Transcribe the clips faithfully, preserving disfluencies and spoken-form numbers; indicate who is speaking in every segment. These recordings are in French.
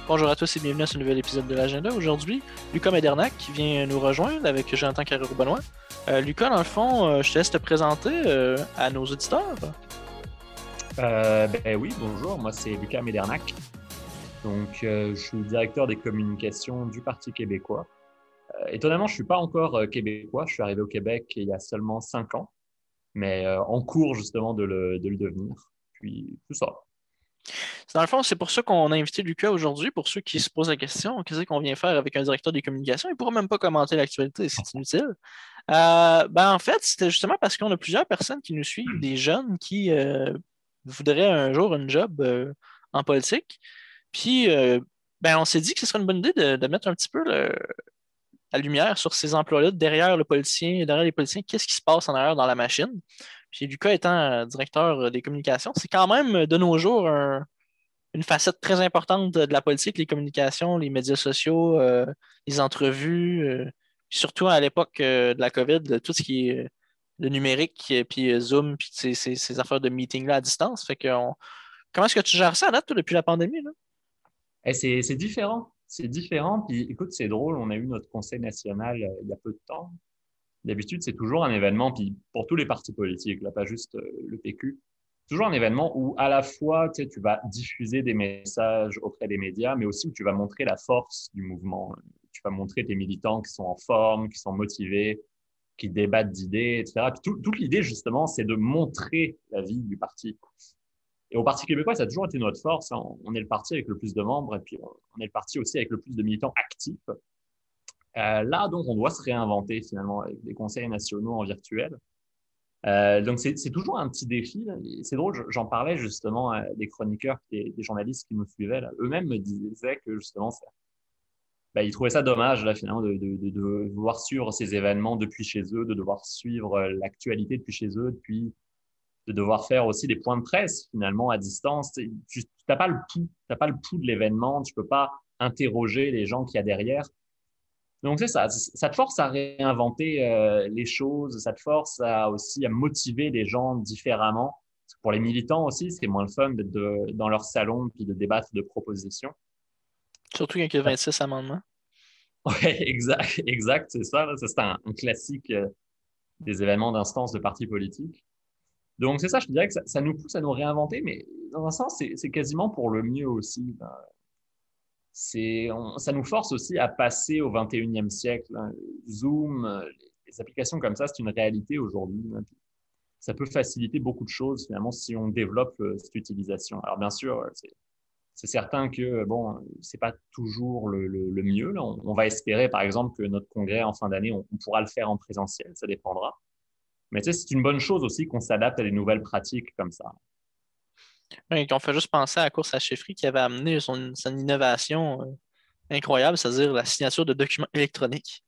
Speaker 1: Bonjour à tous et bienvenue à ce nouvel épisode de l'Agenda. Aujourd'hui, Lucas Medernac qui vient nous rejoindre avec Jonathan Carrero-Benoît. Euh, Lucas, dans le fond, euh, je te laisse te présenter euh, à nos auditeurs.
Speaker 2: Euh, ben oui, bonjour, moi c'est Lucas Medernac. Donc, euh, je suis directeur des communications du Parti québécois. Euh, étonnamment, je suis pas encore euh, québécois. Je suis arrivé au Québec il y a seulement cinq ans, mais euh, en cours justement de le, de le devenir. Puis tout ça.
Speaker 1: Dans le fond, c'est pour ça qu'on a invité Lucas aujourd'hui, pour ceux qui se posent la question, qu'est-ce qu'on vient faire avec un directeur des communications? Il ne pourra même pas commenter l'actualité, c'est inutile. Euh, ben, en fait, c'était justement parce qu'on a plusieurs personnes qui nous suivent, des jeunes qui euh, voudraient un jour un job euh, en politique. Puis, euh, ben, on s'est dit que ce serait une bonne idée de, de mettre un petit peu le, la lumière sur ces emplois-là, derrière le politicien, derrière les politiciens, qu'est-ce qui se passe en arrière dans la machine. Puis Lucas étant euh, directeur euh, des communications, c'est quand même euh, de nos jours un- une facette très importante de, de la politique, les communications, les médias sociaux, euh, les entrevues, euh, puis surtout à l'époque euh, de la COVID, de tout ce qui est euh, le numérique, euh, puis euh, Zoom, puis ces, ces- ces affaires de meeting-là à distance. Fait que on- comment est-ce que tu gères ça à date, toi, depuis la pandémie, là?
Speaker 2: Et c'est, c'est différent. C'est différent. Puis écoute, c'est drôle, on a eu notre conseil national euh, il y a peu de temps. D'habitude, c'est toujours un événement, puis pour tous les partis politiques, là, pas juste euh, le P Q, toujours un événement où à la fois, tu sais, tu vas diffuser des messages auprès des médias, mais aussi où tu vas montrer la force du mouvement. Tu vas montrer tes militants qui sont en forme, qui sont motivés, qui débattent d'idées, et cetera. Puis tout- toute l'idée, justement, c'est de montrer la vie du parti. Et au Parti québécois, ça a toujours été notre force. On, on est le parti avec le plus de membres, et puis on, on est le parti aussi avec le plus de militants actifs. Euh, là, donc, on doit se réinventer finalement avec des conseils nationaux en virtuel. Euh, donc, c'est, c'est toujours un petit défi. Là. C'est drôle, j'en parlais justement à des chroniqueurs, des, des journalistes qui nous suivaient. Là. Eux-mêmes me disaient que justement, ça, bah, ils trouvaient ça dommage là, finalement de, de, de, de devoir suivre ces événements depuis chez eux, de devoir suivre l'actualité depuis chez eux, depuis de devoir faire aussi des points de presse finalement à distance. Tu n'as pas le pouls, t'as pas le pouls de l'événement, tu peux pas interroger les gens qu'il y a derrière. Donc c'est ça, ça te force à réinventer euh, les choses, ça te force à aussi à motiver les gens différemment. Parce que pour les militants aussi, c'est moins le fun d'être de, dans leur salon puis de débattre de propositions.
Speaker 1: Surtout quand il y a vingt-six amendements.
Speaker 2: Ouais, exact, exact, c'est ça. Là, ça c'est un, un classique euh, des événements d'instance de partis politiques. Donc c'est ça, je te dirais que ça, ça nous pousse à nous réinventer, mais dans un sens, c'est c'est quasiment pour le mieux aussi. Ben, c'est, on- ça nous force aussi à passer au vingt et unième siècle. Hein. Zoom, euh, les applications comme ça, c'est une réalité aujourd'hui. Hein. Ça peut faciliter beaucoup de choses finalement si on développe euh, cette utilisation. Alors bien sûr, euh, c'est c'est certain que euh, bon, c'est pas toujours le, le, le mieux. Là. On, on va espérer par exemple que notre congrès en fin d'année, on, on pourra le faire en présentiel, ça dépendra. Mais tu sais, c'est une bonne chose aussi qu'on s'adapte à des nouvelles pratiques comme ça.
Speaker 1: Ouais, on fait juste penser à la course à chefferie qui avait amené son, son innovation euh, incroyable, c'est-à-dire la signature de documents électroniques.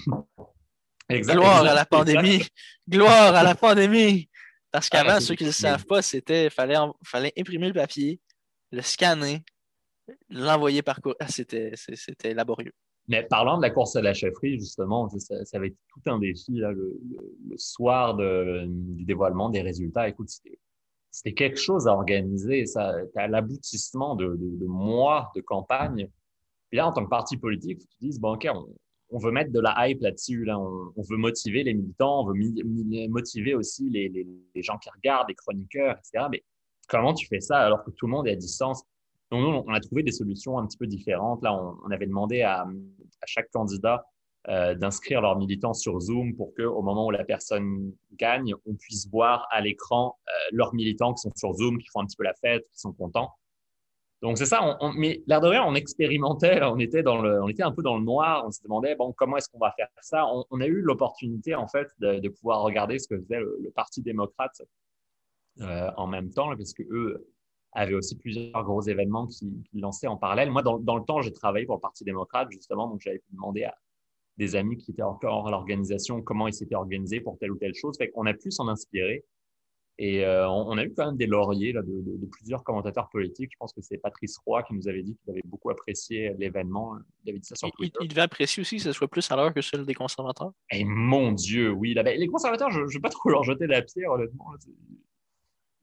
Speaker 2: Exact,
Speaker 1: Gloire à
Speaker 2: exact,
Speaker 1: la
Speaker 2: exact.
Speaker 1: pandémie! Gloire à la pandémie! Parce
Speaker 2: Ah,
Speaker 1: qu'avant,
Speaker 2: c'est,
Speaker 1: ceux qui ne le
Speaker 2: mais
Speaker 1: savent pas, c'était fallait, en- fallait imprimer le papier, le scanner, l'envoyer par courrier. Ah, c'était, c'est- c'était laborieux.
Speaker 2: Mais parlant de la course à la chefferie, justement, ça, ça va être tout un défi là, le, le, le soir de, du dévoilement des résultats. Écoute, c'était, c'était quelque chose à organiser. Ça, t'as l'aboutissement de, de, de mois de campagne. Puis là, en tant que parti politique, tu te dises, bon, OK, on, on veut mettre de la hype là-dessus. Là. On, on veut motiver les militants, on veut mi- mi- motiver aussi les, les, les gens qui regardent, les chroniqueurs, et cetera. Mais comment tu fais ça alors que tout le monde est à distance? Donc, nous, on a trouvé des solutions un petit peu différentes. Là, on, on avait demandé à, à chaque candidat euh, d'inscrire leurs militants sur Zoom pour qu'au moment où la personne gagne, on puisse voir à l'écran euh, leurs militants qui sont sur Zoom, qui font un petit peu la fête, qui sont contents. Donc c'est ça, on, on, mais l'air de rien, on expérimentait, on était dans le, on était un peu dans le noir, on se demandait bon comment est-ce qu'on va faire ça. On, on a eu l'opportunité en fait de, de pouvoir regarder ce que faisait le, le Parti démocrate euh, en même temps, là, parce que eux avaient aussi plusieurs gros événements qui, qui lançaient en parallèle. Moi, dans, dans le temps, j'ai travaillé pour le Parti démocrate justement, donc j'avais pu demander à des amis qui étaient encore à l'organisation comment ils s'étaient organisés pour telle ou telle chose. Fait qu'on a pu s'en inspirer. Et euh, on, on a eu quand même des lauriers là, de, de, de plusieurs commentateurs politiques. Je pense que c'est Patrice Roy qui nous avait dit qu'il avait beaucoup apprécié l'événement. Il avait dit ça
Speaker 1: Il,
Speaker 2: sur
Speaker 1: il-
Speaker 2: Twitter.
Speaker 1: il devait apprécier aussi que ce soit plus à l'heure que celle des conservateurs.
Speaker 2: Et mon Dieu, oui. Là, ben, les conservateurs, je ne vais pas trop leur jeter la pierre, honnêtement. Là.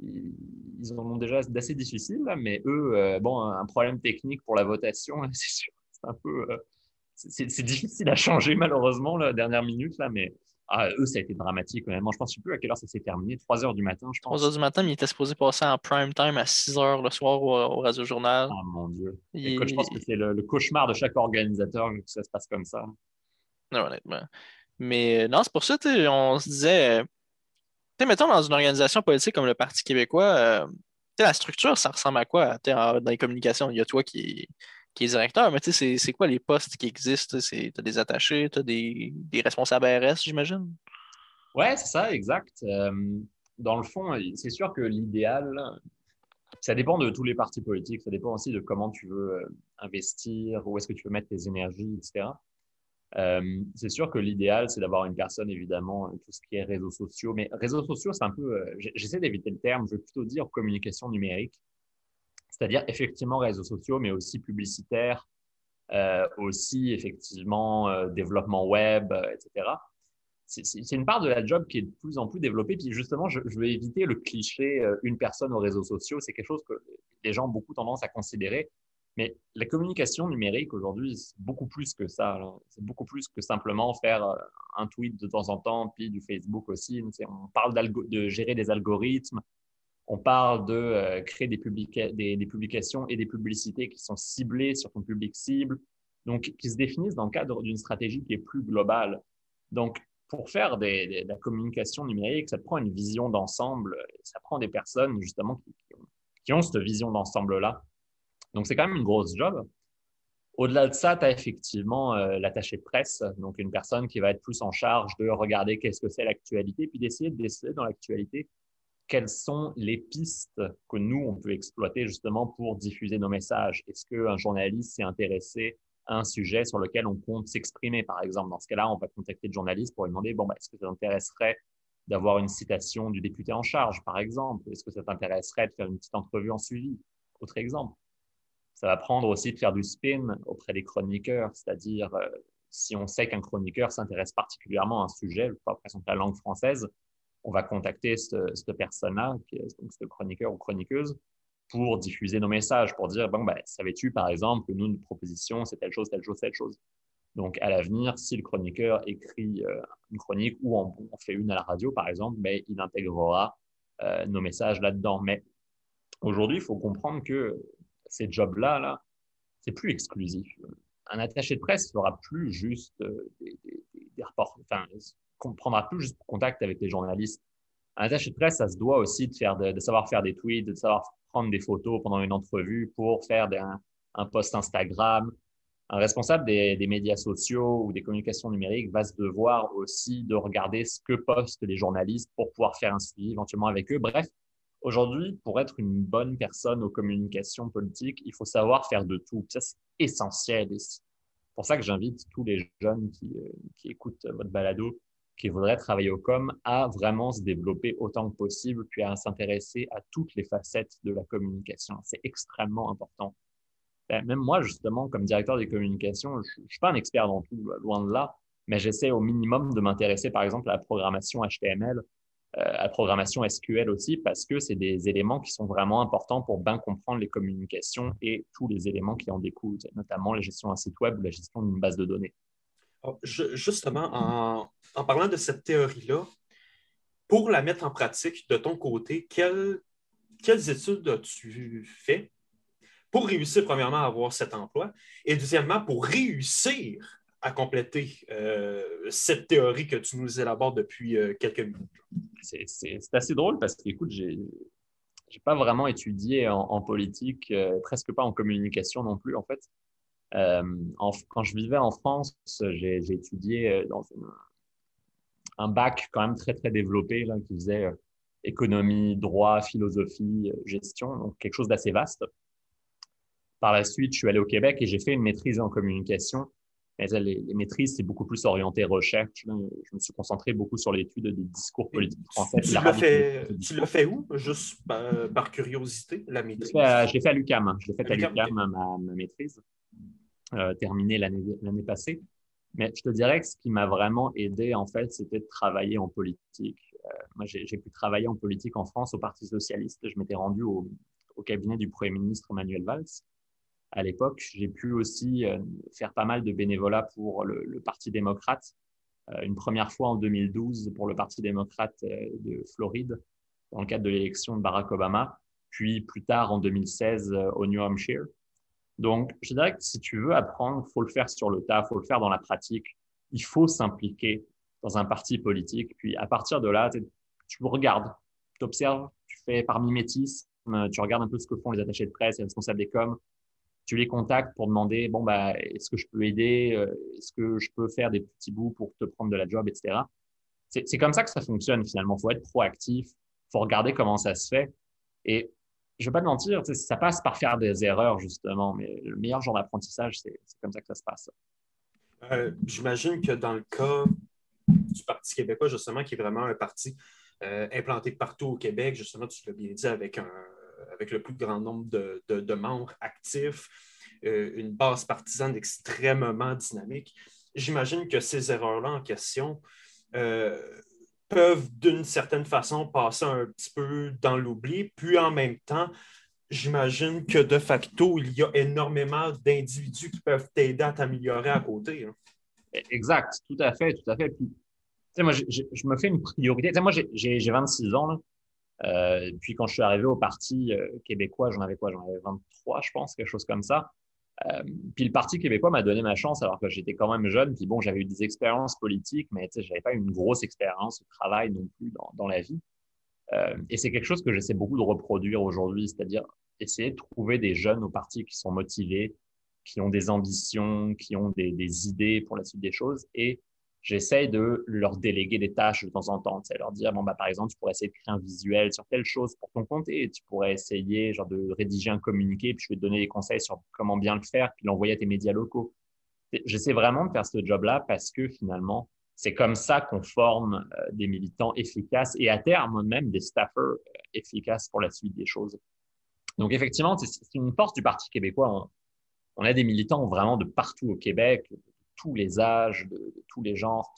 Speaker 2: ils, ils en ont déjà d'assez difficile, là, mais eux, euh, bon, un problème technique pour la votation, là, c'est sûr, c'est un peu, euh, c'est, c'est difficile à changer malheureusement la dernière minute là, mais ah, eux, ça a été dramatique. Honnêtement, je pense, je sais plus à quelle heure ça s'est terminé, trois heures du matin, je
Speaker 1: trois heures
Speaker 2: pense.
Speaker 1: du matin, mais il était supposé passer en prime time à six heures le soir au, au Radio-Journal.
Speaker 2: Ah mon Dieu. Écoute, je pense que
Speaker 1: Il...
Speaker 2: c'est le, le cauchemar de chaque organisateur que ça se passe comme ça.
Speaker 1: Non, honnêtement. Mais euh, non, c'est pour ça, tu sais, on se disait, euh, tu sais, mettons dans une organisation politique comme le Parti québécois, euh, tu sais, la structure, ça ressemble à quoi? Tu sais, en- dans les communications, il y a toi qui, qui est directeur, mais tu sais, c'est c'est quoi les postes qui existent? Tu as des attachés, tu as des, des responsables R S, j'imagine?
Speaker 2: Ouais, c'est ça, exact. Euh, dans le fond, c'est sûr que l'idéal, ça dépend de tous les partis politiques, ça dépend aussi de comment tu veux euh, investir, où est-ce que tu veux mettre tes énergies, et cetera. Euh, c'est sûr que l'idéal, c'est d'avoir une personne, évidemment, euh, tout ce qui est réseaux sociaux. Mais réseaux sociaux, c'est un peu, euh, j- j'essaie d'éviter le terme, je veux plutôt dire communication numérique, c'est-à-dire effectivement réseaux sociaux, mais aussi publicitaire, euh, aussi effectivement euh, développement web, euh, et cetera. C'est c'est- c'est une part de la job qui est de plus en plus développée. Puis justement, je, je veux éviter le cliché euh, une personne aux réseaux sociaux. C'est quelque chose que les gens ont beaucoup tendance à considérer. Mais la communication numérique aujourd'hui, c'est beaucoup plus que ça, là. C'est beaucoup plus que simplement faire euh, un tweet de temps en temps, puis du Facebook aussi. C'est- On parle d'algo- de gérer des algorithmes. On parle de euh, créer des, publica- des, des publications et des publicités qui sont ciblées sur ton public cible, donc qui se définissent dans le cadre d'une stratégie qui est plus globale. Donc, pour faire des, des- de la communication numérique, ça te prend une vision d'ensemble, ça prend des personnes justement qui, qui ont, qui ont cette vision d'ensemble-là. Donc, c'est quand même une grosse job. Au-delà de ça, tu as effectivement euh, l'attaché de presse, donc une personne qui va être plus en charge de regarder qu'est-ce que c'est l'actualité, puis d'essayer de décider dans l'actualité quelles sont les pistes que nous, on peut exploiter justement pour diffuser nos messages. Est-ce qu'un journaliste s'est intéressé à un sujet sur lequel on compte s'exprimer, par exemple? Dans ce cas-là, on va contacter le journaliste pour lui demander, bon, bah, est-ce que ça t'intéresserait d'avoir une citation du député en charge, par exemple? Est-ce que ça t'intéresserait de faire une petite entrevue en suivi? Autre exemple. Ça va prendre aussi de faire du spin auprès des chroniqueurs, c'est-à-dire euh, si on sait qu'un chroniqueur s'intéresse particulièrement à un sujet, par exemple la langue française, on va contacter cette, cette personne-là, qui est donc ce chroniqueur ou chroniqueuse, pour diffuser nos messages, pour dire, bon, ben, savais-tu, par exemple, que nous, notre proposition, c'est telle chose, telle chose, telle chose. Donc, à l'avenir, si le chroniqueur écrit euh, une chronique ou on, on, fait une à la radio, par exemple, ben, il intégrera euh, nos messages là-dedans. Mais aujourd'hui, il faut comprendre que ces jobs-là, là, c'est plus exclusif. Un attaché de presse ne fera plus juste euh, des, des, des rapports, enfin, ne prendra plus juste contact avec les journalistes. Un attaché de presse, ça se doit aussi de, faire de, de savoir faire des tweets, de savoir prendre des photos pendant une entrevue pour faire des, un, un post Instagram. Un responsable des, des médias sociaux ou des communications numériques va se devoir aussi de regarder ce que postent les journalistes pour pouvoir faire un suivi éventuellement avec eux. Bref, aujourd'hui, pour être une bonne personne aux communications politiques, il faut savoir faire de tout. Ça, c'est essentiel. C'est pour ça que j'invite tous les jeunes qui, euh, qui écoutent votre balado, qui voudraient travailler au com, à vraiment se développer autant que possible, puis à s'intéresser à toutes les facettes de la communication. C'est extrêmement important. Même moi, justement, comme directeur des communications, je ne suis pas un expert dans tout, loin de là, mais j'essaie au minimum de m'intéresser, par exemple, à la programmation H T M L, euh, à la programmation S Q L aussi, parce que c'est des éléments qui sont vraiment importants pour bien comprendre les communications et tous les éléments qui en découlent, notamment la gestion d'un site web ou la gestion d'une base de données.
Speaker 3: Alors, je- justement, en, en parlant de cette théorie-là, pour la mettre en pratique de ton côté, quelles, quelles études as-tu fait pour réussir, premièrement, à avoir cet emploi et deuxièmement, pour réussir à compléter euh, cette théorie que tu nous élabores depuis euh, quelques minutes?
Speaker 2: C'est, c'est, c'est assez drôle parce que, écoute, j'ai, j'ai pas vraiment étudié en, en politique, euh, presque pas en communication non plus, en fait. Euh, en, quand je vivais en France, j'ai, j'ai étudié euh, dans une, un bac quand même très, très développé là, qui faisait euh, économie, droit, philosophie, euh, gestion, donc quelque chose d'assez vaste. Par la suite, je suis allé au Québec et j'ai fait une maîtrise en communication. Mais les, les maîtrises, c'est beaucoup plus orienté recherche. Là. Je me suis concentré beaucoup sur l'étude des discours politiques français.
Speaker 3: Tu, tu l'as fait, tu l'as fait où? Juste par, par curiosité, la maîtrise?
Speaker 2: Je l'ai fait, je l'ai fait à l'U Q A M. Je l'ai fait à l'U Q A M,
Speaker 3: okay.
Speaker 2: ma, ma maîtrise, euh, terminée l'année, l'année passée. Mais je te dirais que ce qui m'a vraiment aidé, en fait, c'était de travailler en politique. Euh, moi, j'ai, j'ai pu travailler en politique en France au Parti socialiste. Je m'étais rendu au, au cabinet du Premier ministre Manuel Valls à l'époque. J'ai pu aussi euh, faire pas mal de bénévolat pour le, le Parti démocrate. Euh, une première fois en deux mille douze pour le Parti démocrate euh, de Floride, dans le cadre de l'élection de Barack Obama, puis plus tard en deux mille seize euh, au New Hampshire. Donc, je dirais que si tu veux apprendre, il faut le faire sur le tas, il faut le faire dans la pratique. Il faut s'impliquer dans un parti politique. Puis, à partir de là, tu regardes, tu observes, tu fais par mimétisme, tu regardes un peu ce que font les attachés de presse, les responsables des coms. Tu les contactes pour demander, bon, bah, est-ce que je peux aider? Est-ce que je peux faire des petits bouts pour te prendre de la job, et cetera. C'est, c'est comme ça que ça fonctionne, finalement. Il faut être proactif. Il faut regarder comment ça se fait. Et je ne vais pas te mentir, ça passe par faire des erreurs, justement, mais le meilleur genre d'apprentissage, c'est, c'est comme ça que ça se passe.
Speaker 3: Euh, j'imagine que dans le cas du Parti québécois, justement, qui est vraiment un parti euh, implanté partout au Québec, justement, tu l'as bien dit, avec, un, avec le plus grand nombre de, de, de membres actifs, euh, une base partisane extrêmement dynamique. J'imagine que ces erreurs-là en question euh, peuvent, d'une certaine façon, passer un petit peu dans l'oubli, puis en même temps, j'imagine que de facto, il y a énormément d'individus qui peuvent t'aider à t'améliorer à côté. Hein.
Speaker 2: Exact, tout à fait, tout à fait. Puis, tu sais, moi, je, je, je me fais une priorité. Tu sais, moi, j'ai, j'ai, j'ai vingt-six ans, là. Euh, puis quand je suis arrivé au Parti euh, québécois, j'en avais quoi? J'en avais vingt-trois, je pense, quelque chose comme ça. Euh, puis le Parti québécois m'a donné ma chance alors que j'étais quand même jeune. Puis bon, j'avais eu des expériences politiques, mais tu sais, j'avais pas une grosse expérience de travail non plus dans, dans la vie. Euh, et c'est quelque chose que j'essaie beaucoup de reproduire aujourd'hui, c'est-à-dire essayer de trouver des jeunes au parti qui sont motivés, qui ont des ambitions, qui ont des, des idées pour la suite des choses. Et j'essaie de leur déléguer des tâches de temps en temps. Tu sais, leur dire, bon, bah, par exemple, tu pourrais essayer de créer un visuel sur telle chose pour ton compte et tu pourrais essayer genre, de rédiger un communiqué, puis je vais te donner des conseils sur comment bien le faire, puis l'envoyer à tes médias locaux. J'essaie vraiment de faire ce job-là parce que finalement, c'est comme ça qu'on forme euh, des militants efficaces et à terme même des staffers euh, efficaces pour la suite des choses. Donc effectivement, c'est une force du Parti québécois. On, on a des militants vraiment de partout au Québec, de tous les âges, de, de tous les genres.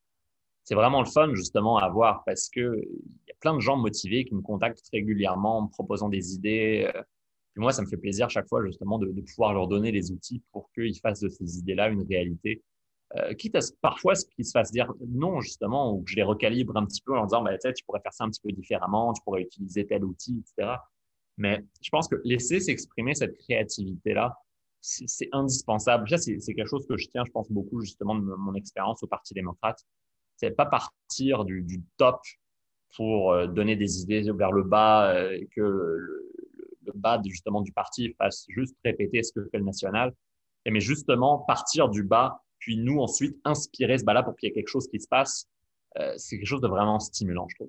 Speaker 2: C'est vraiment le fun justement à voir parce que il y a plein de gens motivés qui me contactent régulièrement en me proposant des idées. Puis moi, ça me fait plaisir chaque fois justement de, de pouvoir leur donner les outils pour qu'ils fassent de ces idées-là une réalité. Euh, quitte à parfois ce qu'ils se fassent dire non, justement, ou que je les recalibre un petit peu en leur disant, bah, tu sais, tu pourrais faire ça un petit peu différemment, tu pourrais utiliser tel outil, et cetera. Mais je pense que laisser s'exprimer cette créativité-là, c'est, c'est indispensable. Ça, c'est, c'est quelque chose que je tiens, je pense, beaucoup justement de mon expérience au Parti démocrate. C'est pas partir du, du top pour euh, donner des idées vers le bas, euh, et que le, le bas de, justement du parti fasse juste répéter ce que fait le national, mais justement partir du bas, puis nous ensuite inspirer ce bas-là pour qu'il y ait quelque chose qui se passe. Euh, c'est quelque chose de vraiment stimulant, je trouve.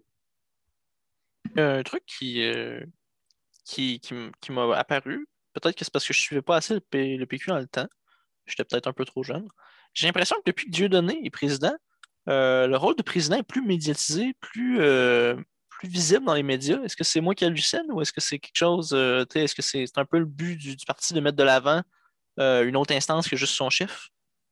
Speaker 1: Un truc qui, euh, qui, qui, m- qui m'a apparu, peut-être que c'est parce que je suivais pas assez le, P- le P Q dans le temps, j'étais peut-être un peu trop jeune. J'ai l'impression que depuis que Dieudonné est président, euh, le rôle de président est plus médiatisé, plus, euh, plus visible dans les médias. Est-ce que c'est moi qui hallucine ou est-ce que c'est quelque chose, euh, tu sais, est-ce que c'est c'est un peu le but du, du parti de mettre de l'avant euh, une autre instance que juste son chef?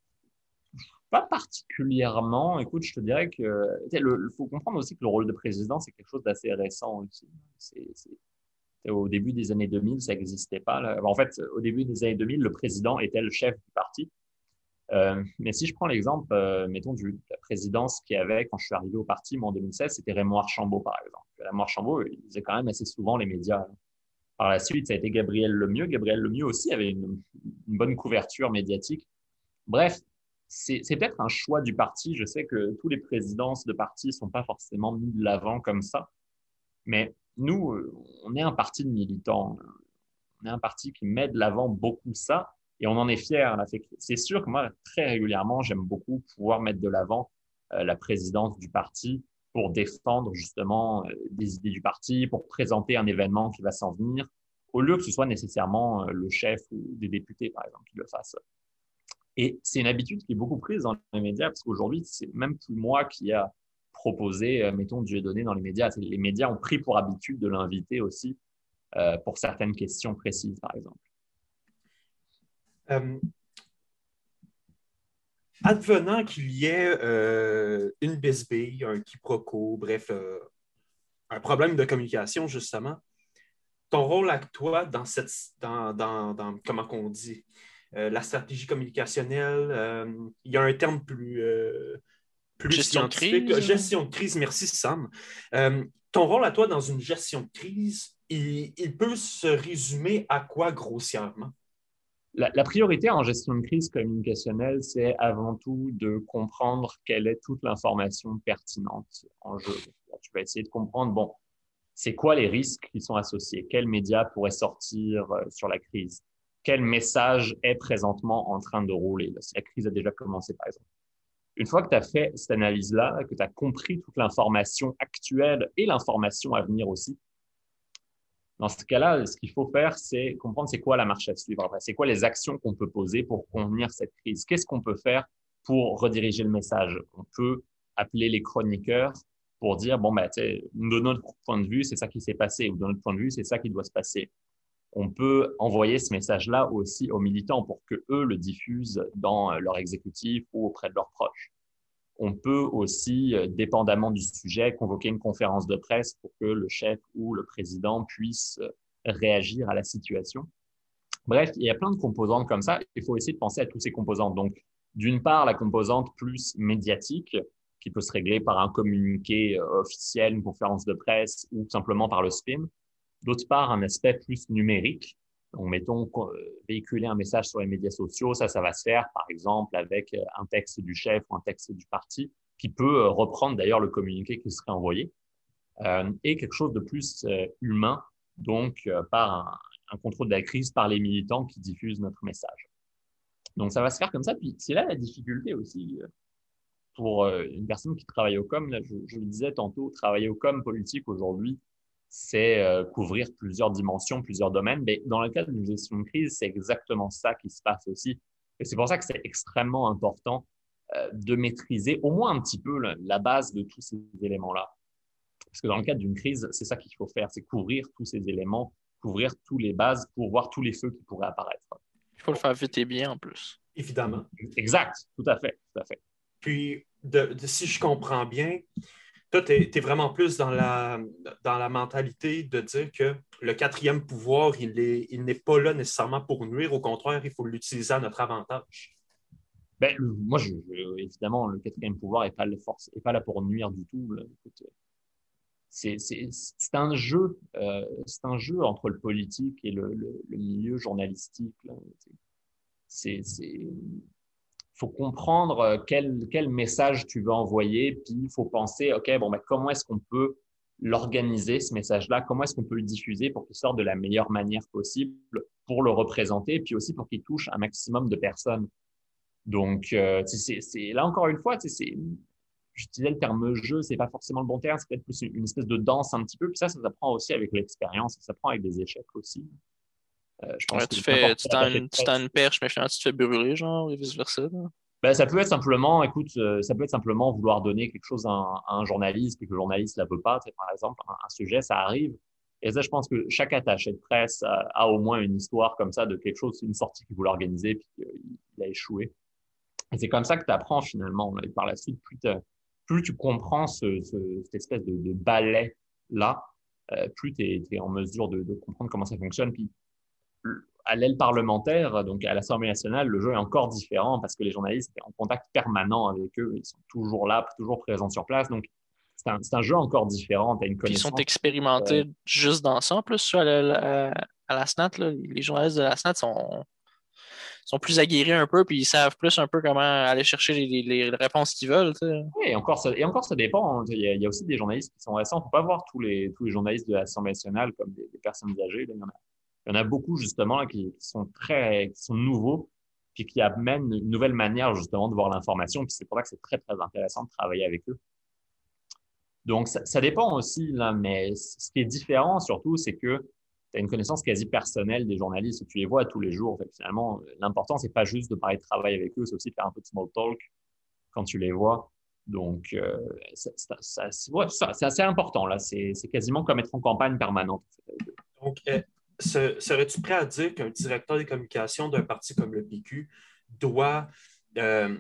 Speaker 2: Pas particulièrement. Écoute, je te dirais que il faut comprendre aussi que le rôle de président, c'est quelque chose d'assez récent aussi. C'est, c'est, au début des années deux mille, ça n'existait pas. Là. En fait, au début des années deux mille, le président était le chef du parti. Euh, mais si je prends l'exemple, euh, mettons, du, de la présidence qu'il y avait quand je suis arrivé au parti, moi, en deux mille seize, c'était Raymond Archambault, par exemple. Raymond Archambault, il faisait quand même assez souvent les médias. Par la suite, ça a été Gabriel Lemieux. Gabriel Lemieux aussi avait une, une bonne couverture médiatique. Bref, c'est, c'est peut-être un choix du parti. Je sais que tous les présidences de parti ne sont pas forcément mis de l'avant comme ça. Mais nous, on est un parti de militants. On est un parti qui met de l'avant beaucoup ça et on en est fiers. C'est sûr que moi, très régulièrement, j'aime beaucoup pouvoir mettre de l'avant euh, la présidence du parti pour défendre justement euh, des idées du parti, pour présenter un événement qui va s'en venir, au lieu que ce soit nécessairement euh, le chef ou des députés, par exemple, qui le fassent. Et c'est une habitude qui est beaucoup prise dans les médias, parce qu'aujourd'hui, c'est même plus moi qui a proposé, euh, mettons, Dieudonné dans les médias. Les médias ont pris pour habitude de l'inviter aussi euh, pour certaines questions précises, par exemple.
Speaker 3: Euh, advenant qu'il y ait euh, une bisbille, un quiproquo, bref, euh, un problème de communication, justement, ton rôle à toi dans cette, dans, dans, dans comment qu'on dit, euh, la stratégie communicationnelle, euh, il y a un terme plus, euh, plus
Speaker 1: Gestion de
Speaker 3: scientifique,
Speaker 1: crise.
Speaker 3: gestion de crise, merci Sam. Euh, ton rôle à toi dans une gestion de crise, il, il peut se résumer à quoi grossièrement?
Speaker 2: La, la priorité en gestion de crise communicationnelle, c'est avant tout de comprendre quelle est toute l'information pertinente en jeu. Là, tu vas essayer de comprendre, bon, c'est quoi les risques qui sont associés? Quels médias pourraient sortir euh, sur la crise? Quel message est présentement en train de rouler? Si la crise a déjà commencé, par exemple. Une fois que tu as fait cette analyse-là, que tu as compris toute l'information actuelle et l'information à venir aussi, dans ce cas-là, ce qu'il faut faire, c'est comprendre c'est quoi la marche à suivre. Enfin, c'est quoi les actions qu'on peut poser pour contenir cette crise? Qu'est-ce qu'on peut faire pour rediriger le message? On peut appeler les chroniqueurs pour dire, bon, ben, de notre point de vue, c'est ça qui s'est passé, ou de notre point de vue, c'est ça qui doit se passer. On peut envoyer ce message-là aussi aux militants pour que eux le diffusent dans leur exécutif ou auprès de leurs proches. On peut aussi, dépendamment du sujet, convoquer une conférence de presse pour que le chef ou le président puisse réagir à la situation. Bref, il y a plein de composantes comme ça. Il faut essayer de penser à tous ces composantes. Donc, d'une part, la composante plus médiatique, qui peut se régler par un communiqué officiel, une conférence de presse ou simplement par le spin. D'autre part, un aspect plus numérique. Donc, mettons, véhiculer un message sur les médias sociaux, ça, ça va se faire, par exemple, avec un texte du chef ou un texte du parti, qui peut reprendre d'ailleurs le communiqué qui serait envoyé, euh, et quelque chose de plus euh, humain, donc euh, par un, un contrôle de la crise par les militants qui diffusent notre message. Donc, ça va se faire comme ça. Puis, c'est là la difficulté aussi pour euh, une personne qui travaille au com. Là, je, je le disais tantôt, travailler au com politique aujourd'hui, c'est euh, couvrir plusieurs dimensions, plusieurs domaines. Mais dans le cadre d'une gestion de crise, c'est exactement ça qui se passe aussi. Et c'est pour ça que c'est extrêmement important euh, de maîtriser au moins un petit peu la, la base de tous ces éléments-là. Parce que dans le cadre d'une crise, c'est ça qu'il faut faire, c'est couvrir tous ces éléments, couvrir tous les bases pour voir tous les feux qui pourraient apparaître.
Speaker 1: Il faut le faire vite et bien en plus.
Speaker 3: Évidemment.
Speaker 2: Exact, tout à fait, tout à fait.
Speaker 3: Puis, de, de, si je comprends bien, toi, tu es vraiment plus dans la, dans la mentalité de dire que le quatrième pouvoir, il n'est il n'est pas là nécessairement pour nuire. Au contraire, il faut l'utiliser à notre avantage.
Speaker 2: Ben, le, moi, je, je, évidemment, le quatrième pouvoir n'est pas, pas là pour nuire du tout. Là. Écoute, c'est, c'est, c'est un jeu, euh, c'est un jeu entre le politique et le, le, le milieu journalistique. Là. C'est, c'est, faut comprendre quel, quel message tu veux envoyer, puis il faut penser, OK, bon, ben, comment est-ce qu'on peut l'organiser, ce message-là? Comment est-ce qu'on peut le diffuser pour qu'il sorte de la meilleure manière possible pour le représenter, puis aussi pour qu'il touche un maximum de personnes. Donc, euh, c'est, c'est, là, encore une fois, c'est, je disais le terme jeu, c'est pas forcément le bon terme, c'est peut-être plus une, une espèce de danse un petit peu, puis ça, ça s'apprend aussi avec l'expérience, ça s'apprend avec des échecs aussi.
Speaker 1: Euh, je pense ouais, que tu fais, tu tends une, une perche, mais finalement, tu te fais brûler, genre, et vice-versa.
Speaker 2: Ben, ça peut être simplement, écoute, euh, ça peut être simplement vouloir donner quelque chose à un, à un journaliste et que le journaliste ne la veut pas. Tu sais, par exemple, un, un sujet, ça arrive. Et ça, je pense que chaque attaché de presse a, a au moins une histoire comme ça de quelque chose, une sortie qu'il voulait organiser puis qu'il il a échoué. Et c'est comme ça que tu apprends finalement. Et par la suite, plus, plus tu comprends ce, ce, cette espèce de, de ballet-là, euh, plus tu es en mesure de, de comprendre comment ça fonctionne. Puis, à l'aile parlementaire, donc à l'Assemblée nationale, le jeu est encore différent parce que les journalistes sont en contact permanent avec eux. Ils sont toujours là, toujours présents sur place. Donc, c'est un, c'est un jeu encore différent. Tu as une connaissance.
Speaker 1: Ils sont expérimentés euh... juste dans ça. En plus, à la, à, à la S N A T, là, les journalistes de la S N A T sont, sont plus aguerris un peu, puis ils savent plus un peu comment aller chercher les, les réponses qu'ils veulent. Tu sais.
Speaker 2: Oui, et encore, ça, et encore, ça dépend. Hein. Il, y a, il y a aussi des journalistes qui sont récents. Il ne faut pas voir tous les, tous les journalistes de l'Assemblée nationale comme des, des personnes âgées. Là, il y en a. Il y en a beaucoup, justement, là, qui, qui sont très, qui sont nouveaux, puis qui amènent une nouvelle manière, justement, de voir l'information. Puis c'est pour ça que c'est très, très intéressant de travailler avec eux. Donc, ça, ça dépend aussi, là, mais ce qui est différent, surtout, c'est que tu as une connaissance quasi personnelle des journalistes. Tu les vois tous les jours. Fait, finalement, l'important, c'est pas juste de parler de travail avec eux, c'est aussi de faire un peu de small talk quand tu les vois. Donc, euh, ça, ça, ça, c'est, ouais, ça, c'est assez important, là. C'est, c'est quasiment comme être en campagne permanente.
Speaker 3: Donc, euh... serais-tu prêt à dire qu'un directeur des communications d'un parti comme le P Q doit, euh,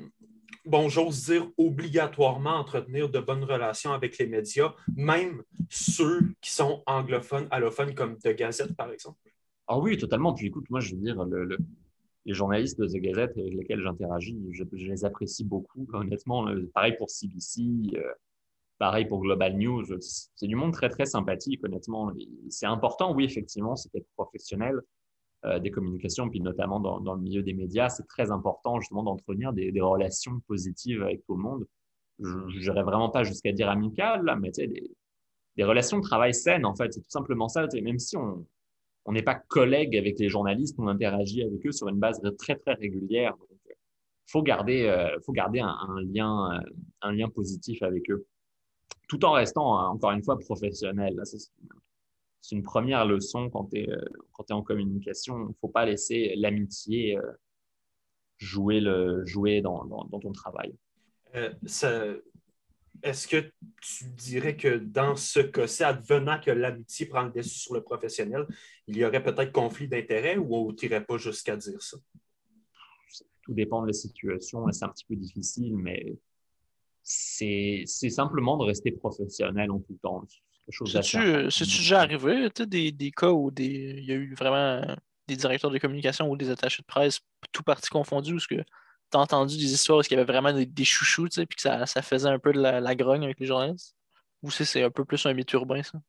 Speaker 3: bon, j'ose dire, obligatoirement entretenir de bonnes relations avec les médias, même ceux qui sont anglophones, allophones, comme The Gazette, par exemple?
Speaker 2: Ah oui, totalement. Puis écoute, moi, je veux dire, le, le- les journalistes de The Gazette avec lesquels j'interagis, je, je les apprécie beaucoup, honnêtement. Euh, Pareil pour C B C, euh, pareil pour Global News. C'est du monde très, très sympathique, honnêtement. Et c'est important, oui, effectivement, c'est d'être professionnel euh, des communications, puis notamment dans, dans le milieu des médias. C'est très important, justement, d'entretenir des, des relations positives avec tout le monde. Je n'irais vraiment pas jusqu'à dire amicales, là, mais tu sais, des, des relations de travail saines, en fait. C'est tout simplement ça. Tu sais, même si on on n'est pas collègues avec les journalistes, on interagit avec eux sur une base très, très régulière. Donc, il faut garder, euh, faut garder un, un lien, euh, un lien positif avec eux, tout en restant, hein, encore une fois, professionnel. Là, c'est c'est une première leçon quand tu es, euh, quand t'es en communication. Il ne faut pas laisser l'amitié euh, jouer, le, jouer dans, dans, dans ton travail.
Speaker 3: Euh, ça, Est-ce que tu dirais que dans ce cas-ci, advenant que l'amitié prend le dessus sur le professionnel, il y aurait peut-être conflit d'intérêts ou on n'irait pas jusqu'à dire ça?
Speaker 2: Tout dépend de la situation. C'est un petit peu difficile, mais c'est, c'est simplement de rester professionnel en tout temps. C'est quelque chose d'assez
Speaker 1: C'est-tu euh,
Speaker 2: important.
Speaker 1: c'est-tu déjà arrivé, tu sais, des, des cas où des, il y a eu vraiment euh, des directeurs de communication ou des attachés de presse, tout parti confondu, où tu as entendu des histoires où il y avait vraiment des, des chouchous, tu sais, puis que ça, ça faisait un peu de la, la grogne avec les journalistes? Ou c'est c'est un peu plus un mythe urbain, ça?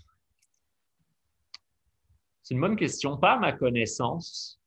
Speaker 2: C'est une bonne question. Pas à ma connaissance,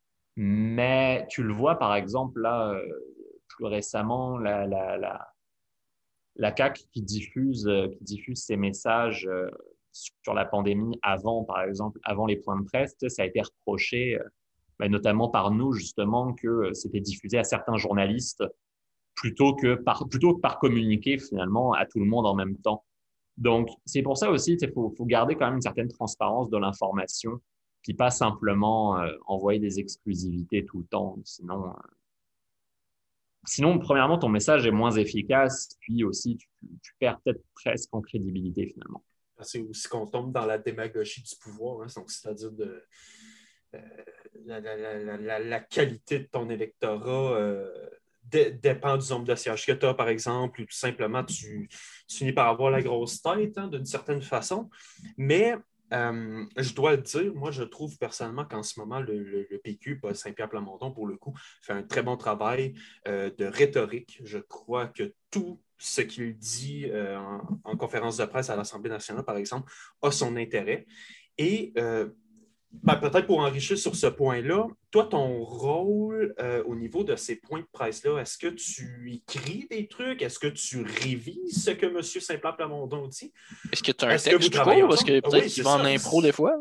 Speaker 2: mais tu le vois, par exemple, là, euh, plus récemment, la, la, la, la C A Q qui diffuse, euh, qui diffuse ses messages euh, sur la pandémie avant, par exemple, avant les points de presse, ça a été reproché, euh, ben, notamment par nous, justement, que euh, c'était diffusé à certains journalistes plutôt que par, plutôt que par communiquer, finalement, à tout le monde en même temps. Donc, c'est pour ça aussi, il faut, faut garder quand même une certaine transparence de l'information, puis pas simplement euh, envoyer des exclusivités tout le temps. Sinon, euh, sinon, premièrement, ton message est moins efficace, puis aussi, tu, tu perds peut-être presque en crédibilité finalement.
Speaker 3: C'est aussi qu'on tombe dans la démagogie du pouvoir, hein, donc c'est-à-dire de, euh, la, la, la, la, la, qualité de ton électorat euh, dé, dépend du nombre de sièges que tu as, par exemple, ou tout simplement, tu, tu finis par avoir la grosse tête, hein, d'une certaine façon. Mais euh, je dois le dire, moi, je trouve personnellement qu'en ce moment, le, le, le P Q, Paul Saint-Pierre Plamondon, pour le coup, fait un très bon travail euh, de rhétorique. Je crois que tout ce qu'il dit euh, en, en conférence de presse à l'Assemblée nationale, par exemple, a son intérêt. Et euh, ben, peut-être pour enrichir sur ce point-là, toi, ton rôle euh, au niveau de ces points de presse-là, est-ce que tu écris des trucs? Est-ce que tu révises ce que M. Saint-Pierre Plamondon dit?
Speaker 1: Est-ce que tu as un
Speaker 3: Est-ce que vous
Speaker 1: texte tout
Speaker 3: travaillez
Speaker 1: court? Parce
Speaker 3: ensemble?
Speaker 1: que
Speaker 3: Ah
Speaker 1: peut-être
Speaker 3: oui,
Speaker 1: qu'il
Speaker 3: c'est
Speaker 1: va en
Speaker 3: ça.
Speaker 1: impro des fois.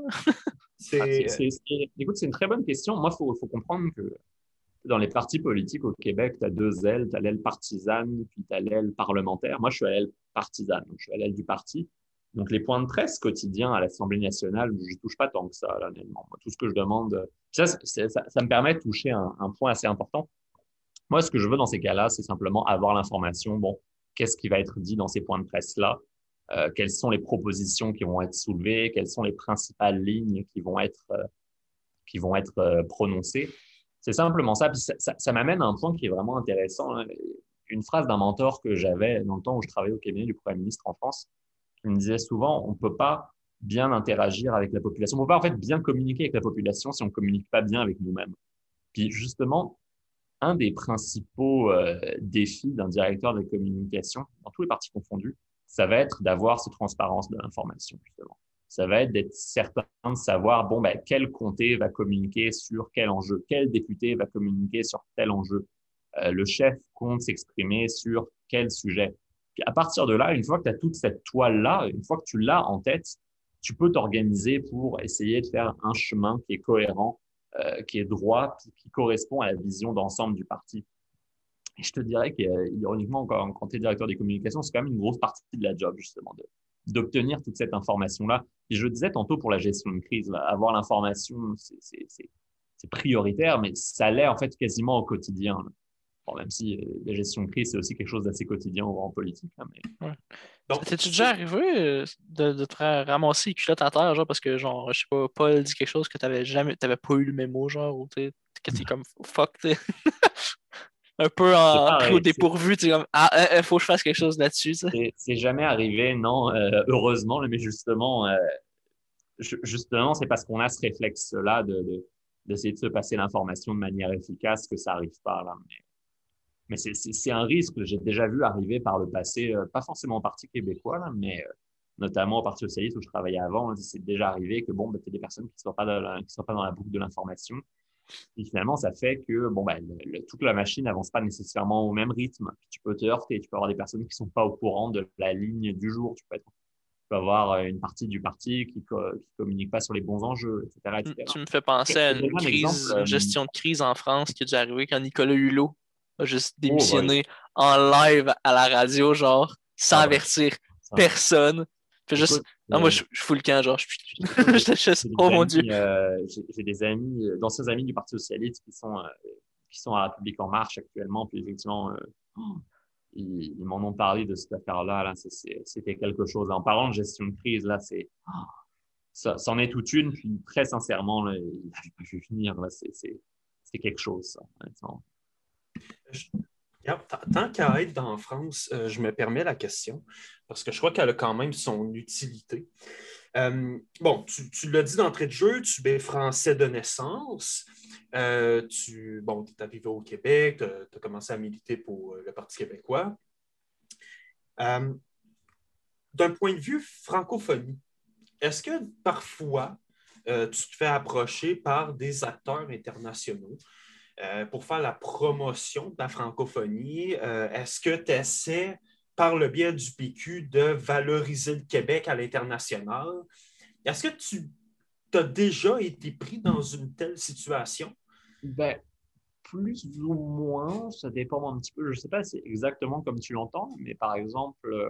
Speaker 2: Ah, c'est,
Speaker 3: C'est,
Speaker 2: c'est, c'est, écoute, c'est une très bonne question. Moi, il faut, faut comprendre que dans les partis politiques au Québec, tu as deux ailes. Tu as l'aile partisane, puis tu as l'aile parlementaire. Moi, je suis à l'aile partisane, donc je suis à l'aile du parti. Donc, les points de presse quotidiens à l'Assemblée nationale, je n'y touche pas tant que ça, là, honnêtement. Moi, tout ce que je demande, ça, c'est, ça, ça me permet de toucher un, un point assez important. Moi, ce que je veux dans ces cas-là, c'est simplement avoir l'information. Bon, qu'est-ce qui va être dit dans ces points de presse-là? Euh, quelles sont les propositions qui vont être soulevées? Quelles sont les principales lignes qui vont être, euh, qui vont être euh, prononcées? C'est simplement ça. Puis ça, ça, ça m'amène à un point qui est vraiment intéressant, hein. Une phrase d'un mentor que j'avais dans le temps où je travaillais au cabinet du Premier ministre en France, qui me disait souvent, on ne peut pas bien interagir avec la population. On ne peut pas en fait bien communiquer avec la population si on ne communique pas bien avec nous-mêmes. Puis justement, un des principaux euh, défis d'un directeur de communication, dans tous les partis confondus, ça va être d'avoir cette transparence de l'information, justement. Ça va être d'être certain de savoir, bon, ben, quel comté va communiquer sur quel enjeu, quel député va communiquer sur tel enjeu, euh, le chef compte s'exprimer sur quel sujet. Puis à partir de là, une fois que tu as toute cette toile-là, une fois que tu l'as en tête, tu peux t'organiser pour essayer de faire un chemin qui est cohérent, euh, qui est droit, puis qui correspond à la vision d'ensemble du parti. Et je te dirais qu'ironiquement, quand, quand tu es directeur des communications, c'est quand même une grosse partie de la job, justement, de, d'obtenir toute cette information-là. Et je le disais tantôt pour la gestion de crise, là, avoir l'information, c'est, c'est, c'est, c'est prioritaire, mais ça l'est en fait quasiment au quotidien, là. Bon, même si euh, la gestion de crise, c'est aussi quelque chose d'assez quotidien en politique. Là, mais...
Speaker 1: Ouais.
Speaker 3: donc,
Speaker 1: T'es-tu déjà
Speaker 3: c'est,
Speaker 1: arrivé euh, de, de te ra- ramasser les culottes à terre, genre parce que, genre, je sais pas, Paul dit quelque chose que t'avais jamais, t'avais pas eu le mémo, genre, ou t'es, que t'es comme fuck, t'sais. un peu
Speaker 2: C'est
Speaker 1: en, pris au
Speaker 2: pareil. C'est
Speaker 1: dépourvu, tu sais, comme, ah, il faut que je fasse quelque chose là-dessus, tu sais.
Speaker 2: c'est- c'est jamais arrivé, non, euh, heureusement, mais justement, euh, ju- justement, c'est parce qu'on a ce réflexe-là de, de- d'essayer de se passer l'information de manière efficace que ça arrive pas là. Mais, mais c'est c'est- c'est un risque que j'ai déjà vu arriver par le passé, euh, pas forcément au Parti québécois, là, mais euh, notamment au Parti socialiste où je travaillais avant. Hein, c'est déjà arrivé que bon, ben, t'as des personnes qui ne sont pas dans la, qui sont pas dans la boucle de l'information. Et finalement, ça fait que bon, ben, le- le- toute la machine n'avance pas nécessairement au même rythme. Puis tu peux te heurter, tu peux avoir des personnes qui sont pas au courant de la ligne du jour. Tu peux être, tu peux avoir euh, une partie du parti qui, co- qui communique pas sur les bons enjeux, et cetera,
Speaker 1: Tu tu
Speaker 2: et cetera.
Speaker 1: me fais
Speaker 2: Je
Speaker 1: penser à
Speaker 2: te
Speaker 1: une
Speaker 2: donne un exemple.
Speaker 1: crise, une
Speaker 2: euh,
Speaker 1: gestion de crise en France qui est déjà arrivée quand Nicolas Hulot a juste
Speaker 2: oh, ben,
Speaker 1: démissionné en live à la radio, genre, sans
Speaker 2: ah, ben,
Speaker 1: avertir
Speaker 2: ça.
Speaker 1: personne. Fait juste,
Speaker 2: Écoute,
Speaker 1: ah, moi,
Speaker 2: euh,
Speaker 1: je, je fous le camp, genre, je,
Speaker 2: écoute, j'ai
Speaker 1: j'étais juste,
Speaker 2: j'ai
Speaker 1: oh
Speaker 2: des
Speaker 1: mon Dieu.
Speaker 2: amis, euh, j'ai j'ai des amis, euh, d'anciens amis du Parti socialiste qui sont, euh, qui sont à La République en marche actuellement. Puis effectivement, euh, oh, ils, ils m'en ont parlé de cette affaire-là. Là, c'est- c'est- c'était quelque chose. En parlant de gestion de crise, là, c'est, oh, ça, c'en est toute une. Puis très sincèrement, là, il n'arrive pas à finir. Là, c'est, c'est, c'est quelque chose, ça, honnêtement.
Speaker 3: Je- regarde, tant tant qu'à être en France, euh, je me permets la question, parce que je crois qu'elle a quand même son utilité. Euh, bon, tu, tu l'as dit d'entrée de jeu, tu es français de naissance. Euh, tu bon, es arrivé au Québec, tu as commencé à militer pour euh, le Parti québécois. Euh, D'un point de vue francophonie, est-ce que parfois euh, tu te fais approcher par des acteurs internationaux euh, pour faire la promotion de la francophonie? Euh, est-ce que tu essaies, par le biais du P Q, de valoriser le Québec à l'international? Est-ce que tu as déjà été pris dans une telle situation?
Speaker 2: Ben, plus ou moins, ça dépend un petit peu. Je sais pas si c'est exactement comme tu l'entends, mais par exemple, euh,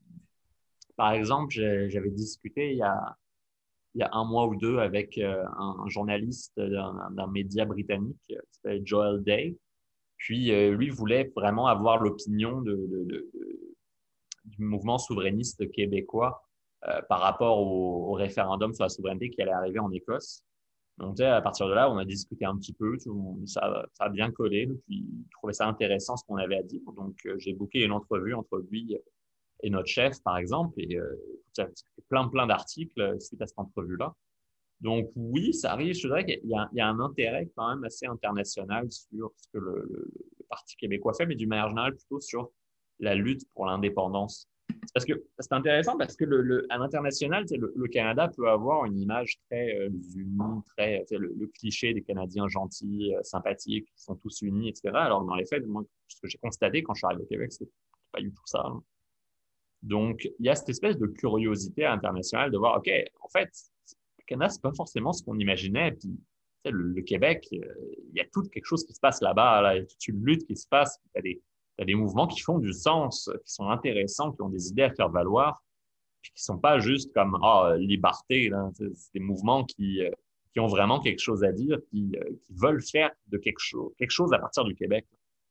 Speaker 2: par exemple, j'ai- j'avais discuté il y a, il y a un mois ou deux avec euh, un journaliste d'un d'un média britannique euh, qui s'appelle Joel Day. Puis euh, lui voulait vraiment avoir l'opinion de, de- de- de- du mouvement souverainiste québécois euh, par rapport au, au référendum sur la souveraineté qui allait arriver en Écosse. Donc, tu sais, à partir de là, on a discuté un petit peu, tout- ça, ça a bien collé, puis je trouvais ça intéressant ce qu'on avait à dire. Donc, euh, j'ai booké une entrevue entre lui et notre chef, par exemple, et euh, ça a fait plein, plein d'articles euh, suite à cette entrevue-là. Donc, oui, ça arrive. Je dirais qu'il y a, il y a un intérêt quand même assez international sur ce que le, le, le Parti québécois fait, mais d'une manière générale, plutôt sur la lutte pour l'indépendance. C'est parce que c'est intéressant parce que le, le, à l'international, le, le Canada peut avoir une image très euh, unie, très le, le cliché des Canadiens gentils, euh, sympathiques, qui sont tous unis, et cetera. Alors que dans les faits, moi, ce que j'ai constaté quand je suis arrivé au Québec, c'est pas du tout ça. Hein. Donc, il y a cette espèce de curiosité internationale de voir, OK, en fait, le Canada, c'est pas forcément ce qu'on imaginait. Puis, le, le Québec, euh, il y a tout quelque chose qui se passe là-bas. Là. Il y a toute une lutte qui se passe. Il y a des, il y a des mouvements qui font du sens, qui sont intéressants, qui ont des idées à faire valoir, puis qui sont pas juste comme ah liberté. Là. C'est des mouvements qui, euh, qui ont vraiment quelque chose à dire, qui, euh, qui veulent faire de quelque chose, quelque chose à partir du Québec.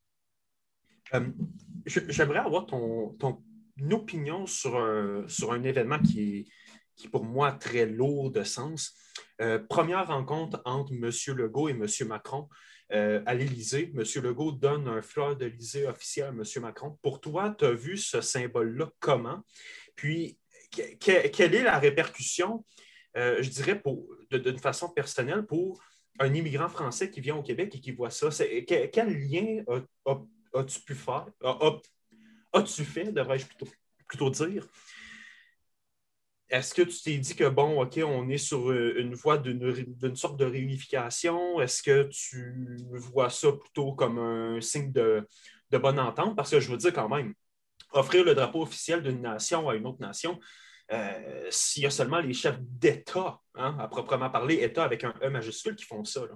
Speaker 3: Euh, J'aimerais avoir ton, ton opinion sur un, sur un événement qui est, qui est pour moi très lourd de sens. Euh, première rencontre entre M. Legault et M. Macron euh, à l'Élysée. M. Legault donne un fleur de l'Élysée officiel à M. Macron. Pour toi, tu as vu ce symbole-là comment? Puis, que, quelle est la répercussion, euh, je dirais, d'une façon personnelle, pour un immigrant français qui vient au Québec et qui voit ça? Que, quel lien a, a as-tu pu faire? As-tu fait, devrais-je plutôt, plutôt dire? Est-ce que tu t'es dit que, bon, OK, on est sur une voie d'une sorte de réunification? Est-ce que tu vois ça plutôt comme un signe de, de bonne entente? Parce que je veux dire quand même, offrir le drapeau officiel d'une nation à une autre nation, euh, s'il y a seulement les chefs d'État, hein, à proprement parler, État avec un E majuscule, qui font ça. Là.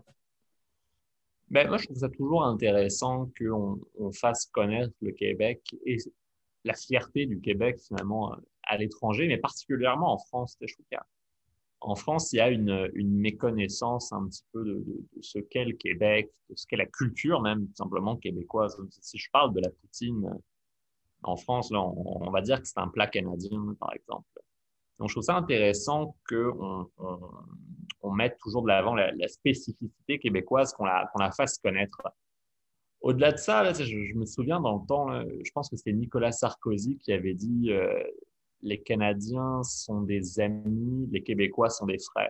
Speaker 2: Ben, moi, je trouve ça toujours intéressant qu'on on fasse connaître le Québec et la fierté du Québec, finalement, à l'étranger, mais particulièrement en France. Je trouve qu'en France, il y a une, une méconnaissance un petit peu de, de, de ce qu'est le Québec, de ce qu'est la culture même, tout simplement, québécoise. Si je parle de la poutine en France, là, on, on va dire que c'est un plat canadien, par exemple. Donc, je trouve ça intéressant qu'on on, on mette toujours de l'avant la, la spécificité québécoise, qu'on la, qu'on la fasse connaître. Au-delà de ça, là, je, je me souviens dans le temps, là, je pense que c'était Nicolas Sarkozy qui avait dit euh, les Canadiens sont des amis, les Québécois sont des frères.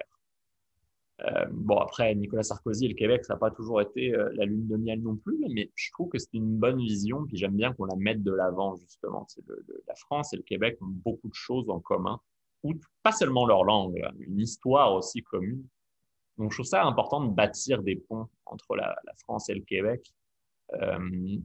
Speaker 2: Euh, bon, après, Nicolas Sarkozy et le Québec, ça n'a pas toujours été euh, la lune de miel non plus, mais je trouve que c'est une bonne vision, puis j'aime bien qu'on la mette de l'avant, justement. C'est le, le, la France et le Québec ont beaucoup de choses en commun, ou pas seulement leur langue, là, une histoire aussi commune. Donc, je trouve ça important de bâtir des ponts entre la, la France et le Québec. Euh,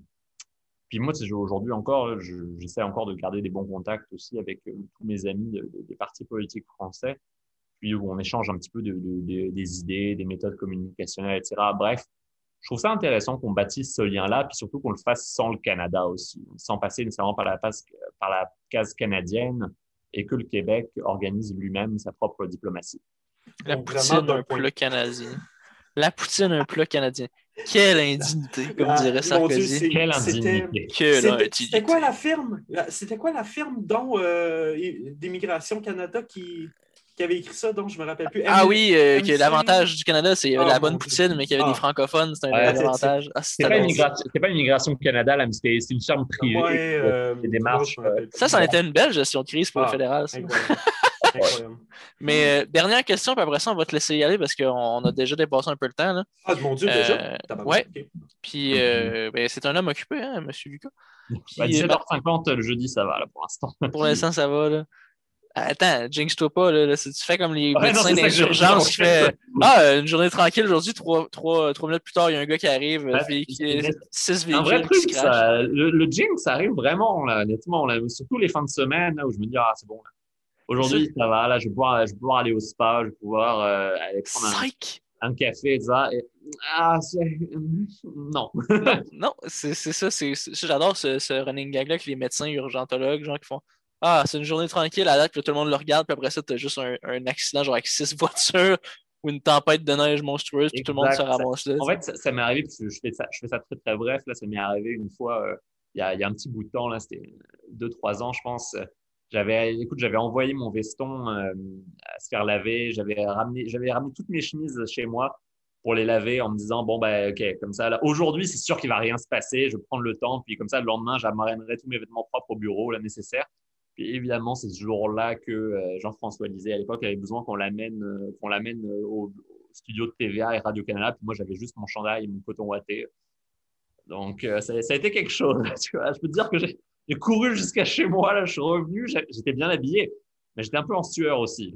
Speaker 2: puis moi, aujourd'hui encore, je, j'essaie encore de garder des bons contacts aussi avec euh, tous mes amis de, de, des partis politiques français, puis où on échange un petit peu de, de, de, des idées, des méthodes communicationnelles, et cetera. Bref, je trouve ça intéressant qu'on bâtisse ce lien-là, puis surtout qu'on le fasse sans le Canada aussi, sans passer nécessairement par la, par la case canadienne et que le Québec organise lui-même sa propre diplomatie.
Speaker 1: La Donc, poutine, un plat canadien. La poutine, un plat canadien. Quelle indignité, comme ah, dirait Sarkozy.
Speaker 3: Dieu,
Speaker 2: Quelle indignité.
Speaker 3: C'était, c'était, c'était quoi la firme? C'était quoi la firme dont euh, d'Immigration Canada qui, qui avait écrit ça, dont je me rappelle plus?
Speaker 1: Ah M- oui, euh, M C... que l'avantage du Canada, c'est qu'il y avait oh, de la bonne poutine, Dieu. Mais qu'il y avait ah. des francophones, c'était un ouais, avantage.
Speaker 2: C'est, ah, c'est, c'est, pas immigration, c'est pas l'immigration Canada, là, mais c'était, c'est une firme privée.
Speaker 3: Ouais, euh,
Speaker 2: des démarches.
Speaker 1: Euh, ça, ça en était une belle gestion de crise pour ah, le fédéral. Incroyable. Mais euh, dernière question, puis après ça, on va te laisser y aller parce qu'on a déjà dépassé un peu le temps. Là.
Speaker 3: Ah, mon Dieu, euh, déjà?
Speaker 1: Ouais. Okay. Puis, euh, ben, c'est un homme occupé, hein, M. Lucas.
Speaker 2: Puis, bah, dix-sept heures cinquante, ben, le jeudi, ça va, là, pour l'instant.
Speaker 1: Pour l'instant, ça va, là. Attends, jinx-toi pas, là, là, tu fais comme les ouais, médecins des urgences qui fait ah, une journée tranquille aujourd'hui, trois, trois, trois minutes plus tard, il y a un gars qui arrive, ouais, véhicule, six véhicules.
Speaker 2: Un vrai truc, ça, le, le jinx, ça arrive vraiment, là, honnêtement, là, surtout les fins de semaine, là, où je me dis, ah, c'est bon, là. Aujourd'hui, ça va, là, je vais pouvoir, je vais pouvoir aller au spa, je vais pouvoir euh, aller prendre un, un café, et ça. Et, ah, c'est... Non.
Speaker 1: non, non, c'est, c'est ça, c'est, c'est, j'adore ce, ce running gag-là avec les médecins urgentologues, genre qui font ah, c'est une journée tranquille, à date, que tout le monde le regarde, puis après ça, t'as juste un, un accident, genre avec six voitures ou une tempête de neige monstrueuse, puis tout le monde se ramasse là.
Speaker 2: En fait, ça, ça m'est arrivé, parce que je fais ça, je fais ça très très bref, là, ça m'est arrivé une fois, euh, il y, a, il y a un petit bout de temps, là, c'était deux, trois ans, je pense. J'avais, écoute, j'avais envoyé mon veston euh, à se faire laver. J'avais ramené, j'avais ramené toutes mes chemises chez moi pour les laver en me disant, bon, ben, OK, comme ça, là, aujourd'hui, c'est sûr qu'il va rien se passer. Je vais prendre le temps. Puis comme ça, le lendemain, j'amènerai tous mes vêtements propres au bureau, là, nécessaire. Puis évidemment, c'est ce jour-là que euh, Jean-François Lisée, à l'époque, avait besoin qu'on l'amène, euh, qu'on l'amène euh, au, au studio de T V A et Radio-Canada. Puis moi, j'avais juste mon chandail et mon coton ouaté. Donc, euh, ça, ça a été quelque chose. Tu vois. Je peux te dire que j'ai J'ai couru jusqu'à chez moi, là, je suis revenu, j'étais bien habillé, mais j'étais un peu en sueur aussi.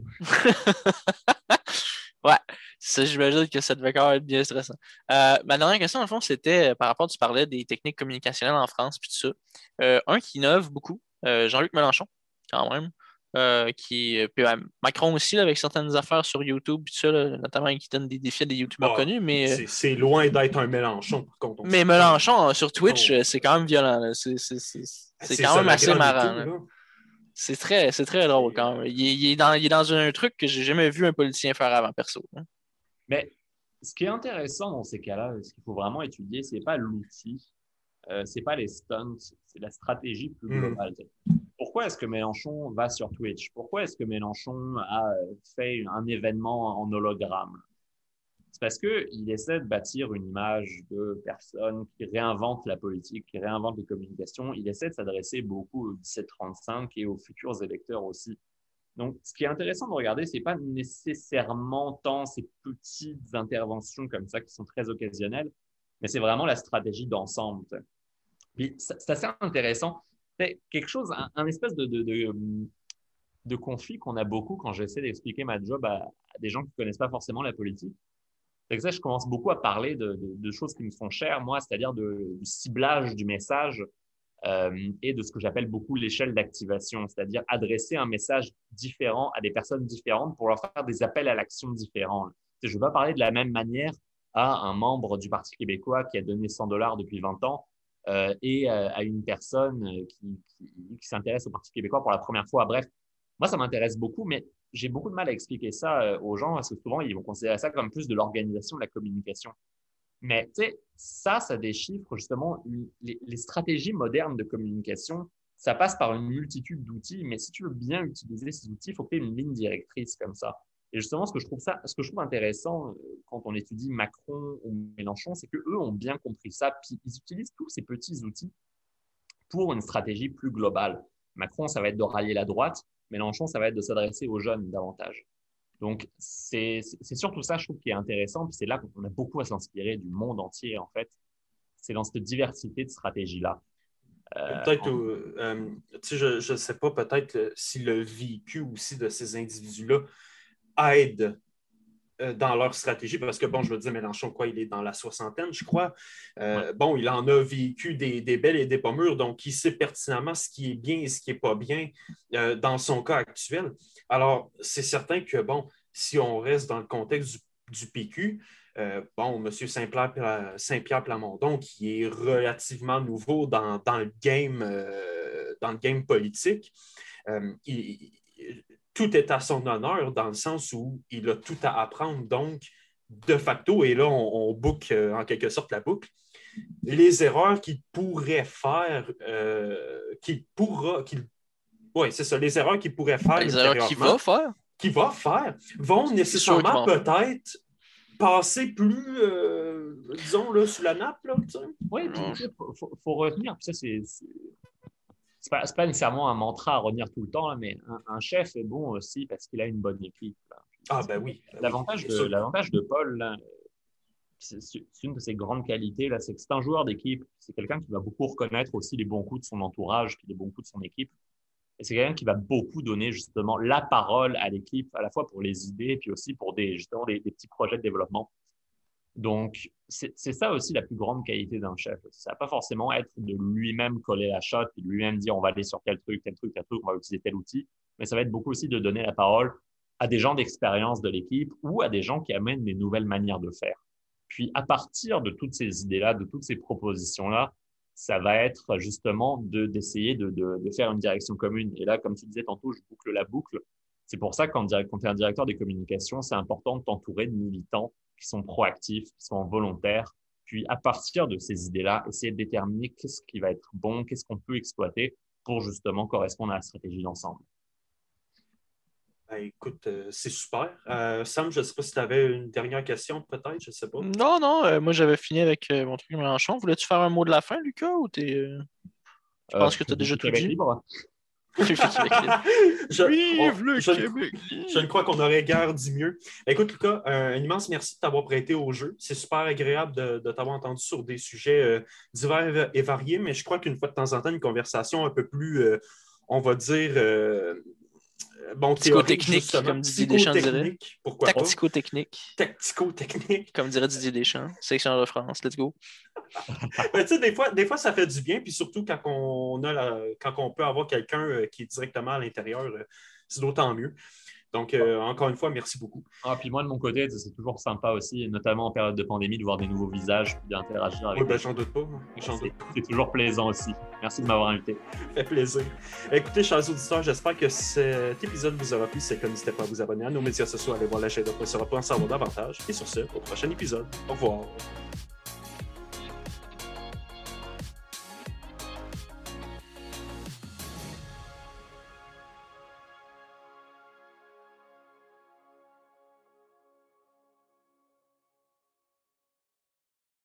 Speaker 1: Ouais, ça, j'imagine que ça devait quand même être bien stressant. Euh, ma dernière question, en fond, c'était par rapport, tu parlais des techniques communicationnelles en France, puis tout ça. Euh, un qui innove beaucoup, euh, Jean-Luc Mélenchon, quand même, euh, qui, puis euh, Macron aussi, là, avec certaines affaires sur YouTube, puis tout ça, là, notamment qui donne des défis à des YouTubeurs bon, connus, mais...
Speaker 3: C'est, c'est loin d'être un Mélenchon, par contre.
Speaker 1: Mais Mélenchon, euh, sur Twitch, oh. c'est quand même violent, là. C'est, c'est, c'est, c'est, c'est quand ça, même assez marrant. Tout, c'est, très, c'est très drôle, quand même. Il, il, est dans, il est dans un truc que j'ai jamais vu un politicien faire avant, perso. Hein.
Speaker 2: Mais ce qui est intéressant dans ces cas-là, ce qu'il faut vraiment étudier, c'est pas l'outil, euh, c'est pas les stunts, c'est la stratégie plus globale. Mm. Pourquoi est-ce que Mélenchon va sur Twitch? Pourquoi est-ce que Mélenchon a fait un événement en hologramme? C'est parce qu'il essaie de bâtir une image de personne qui réinvente la politique, qui réinvente les communications. Il essaie de s'adresser beaucoup au dix-sept trente-cinq et aux futurs électeurs aussi. Donc, ce qui est intéressant de regarder, c'est pas nécessairement tant ces petites interventions comme ça qui sont très occasionnelles, mais c'est vraiment la stratégie d'ensemble. Puis, c'est assez intéressant. C'est quelque chose, un, un espèce de, de, de, de conflit qu'on a beaucoup quand j'essaie d'expliquer ma job à, à des gens qui connaissent pas forcément la politique. C'est que ça, je commence beaucoup à parler de, de, de choses qui me sont chères, moi, c'est-à-dire de, du ciblage du message euh, et de ce que j'appelle beaucoup l'échelle d'activation, c'est-à-dire adresser un message différent à des personnes différentes pour leur faire des appels à l'action différents. Je ne vais pas parler de la même manière à un membre du Parti québécois qui a donné cent dollars depuis vingt ans euh, et euh, à une personne qui, qui, qui s'intéresse au Parti québécois pour la première fois. Bref, moi, ça m'intéresse beaucoup, mais j'ai beaucoup de mal à expliquer ça euh, aux gens parce que souvent, ils vont considérer ça comme plus de l'organisation de la communication. Mais tu sais, ça, ça déchiffre justement les, les stratégies modernes de communication. Ça passe par une multitude d'outils, mais si tu veux bien utiliser ces outils, il faut que tu aies une ligne directrice comme ça. Et justement, ce que je trouve ça, ce que je trouve intéressant euh, quand on étudie Macron ou Mélenchon, c'est que eux ont bien compris ça, puis ils utilisent tous ces petits outils pour une stratégie plus globale. Macron, ça va être de rallier la droite. Mélenchon, ça va être de s'adresser aux jeunes davantage. Donc, c'est, c'est surtout ça, je trouve, qui est intéressant. Puis c'est là qu'on a beaucoup à s'inspirer du monde entier, en fait. C'est dans cette diversité de stratégies-là.
Speaker 3: Euh, peut-être, en... euh, tu sais, je ne sais pas, peut-être le, si le vécu aussi de ces individus-là aide euh, dans leur stratégie, parce que, bon, je veux dire, Mélenchon, quoi, il est dans la soixantaine, je crois. Euh, ouais. Bon, il en a vécu des, des belles et des pas mûres, donc il sait pertinemment ce qui est bien et ce qui n'est pas bien euh, dans son cas actuel. Alors, c'est certain que, bon, si on reste dans le contexte du, du P Q, euh, bon, M. Saint-Pierre, Saint-Pierre Plamondon, qui est relativement nouveau dans, dans, le, game, euh, dans le game politique, euh, il, il, tout est à son honneur dans le sens où il a tout à apprendre. Donc, de facto, et là, on, on boucle euh, en quelque sorte la boucle, les erreurs qu'il pourrait faire, euh, qu'il pourra, qu'il oui, c'est ça. Les erreurs qu'il pourrait faire.
Speaker 1: Les erreurs qu'il va faire.
Speaker 3: Qu'il va faire vont nécessairement peut-être passer plus, euh, disons, là, sous la nappe. Là,
Speaker 2: oui, il faut, faut, faut retenir. Puis ça, c'est, c'est, c'est, pas, c'est pas nécessairement un mantra à retenir tout le temps, là, mais un, un chef est bon aussi parce qu'il a une bonne équipe. Là.
Speaker 3: Ah, ben oui.
Speaker 2: L'avantage,
Speaker 3: oui,
Speaker 2: de, l'avantage de Paul, là, c'est, c'est une de ses grandes qualités, là, c'est que c'est un joueur d'équipe. C'est quelqu'un qui va beaucoup reconnaître aussi les bons coups de son entourage, puis les bons coups de son équipe. Et c'est quelqu'un qui va beaucoup donner justement la parole à l'équipe, à la fois pour les idées, puis aussi pour des, justement des, des petits projets de développement. Donc, c'est, c'est ça aussi la plus grande qualité d'un chef. Ça va pas forcément être de lui-même coller la shot, puis de lui-même dire on va aller sur tel truc, tel truc, tel truc, on va utiliser tel outil. Mais ça va être beaucoup aussi de donner la parole à des gens d'expérience de l'équipe ou à des gens qui amènent des nouvelles manières de faire. Puis, à partir de toutes ces idées-là, de toutes ces propositions-là, ça va être justement de, d'essayer de, de, de faire une direction commune. Et là, comme tu disais tantôt, je boucle la boucle. C'est pour ça que quand, quand tu es un directeur des communications, c'est important de t'entourer de militants qui sont proactifs, qui sont volontaires. Puis, à partir de ces idées-là, essayer de déterminer qu'est-ce qui va être bon, qu'est-ce qu'on peut exploiter pour justement correspondre à la stratégie d'ensemble.
Speaker 3: Ben, écoute, euh, c'est super. Euh, Sam, je ne sais pas si tu avais une dernière question, peut-être, je ne sais pas.
Speaker 1: Non, non, euh, moi j'avais fini avec euh, mon truc Mélenchon. Voulais-tu faire un mot de la fin, Lucas, ou t'es, euh... tu euh, penses que tu as déjà tout dit?
Speaker 3: Libre. je,
Speaker 1: Vive
Speaker 3: on,
Speaker 1: le
Speaker 3: je,
Speaker 1: Québec!
Speaker 3: Ne, je ne crois qu'on aurait guère dit mieux. Écoute, Lucas, un, un immense merci de t'avoir prêté au jeu. C'est super agréable de, de t'avoir entendu sur des sujets euh, divers et variés, mais je crois qu'une fois de temps en temps, une conversation un peu plus, euh, on va dire... Euh, Bon,
Speaker 1: psychotechnique, comme Didier Deschamps dirait.
Speaker 3: Pourquoi
Speaker 1: Tactico-technique.
Speaker 3: Tactico-technique.
Speaker 1: Comme dirait Didier Deschamps. Section de France. Let's go.
Speaker 3: Ben, tu sais, des fois, des fois, ça fait du bien. Puis surtout, quand on, a la, quand on peut avoir quelqu'un qui est directement à l'intérieur, c'est d'autant mieux. Donc, euh, encore une fois, merci beaucoup.
Speaker 2: Ah, puis moi, de mon côté, c'est toujours sympa aussi, notamment en période de pandémie, de voir des nouveaux visages et d'interagir avec
Speaker 3: eux. Oui, ben, j'en doute pas. J'en
Speaker 2: c'est,
Speaker 3: doute pas.
Speaker 2: C'est toujours plaisant aussi. Merci de m'avoir invité.
Speaker 3: Ça fait plaisir. Écoutez, chers auditeurs, j'espère que cet épisode vous aura plu. Si c'est comme, n'hésitez pas à vous abonner à nos médias sociaux, allez voir la chaîne pour en savoir davantage. Et sur ce, au prochain épisode. Au revoir.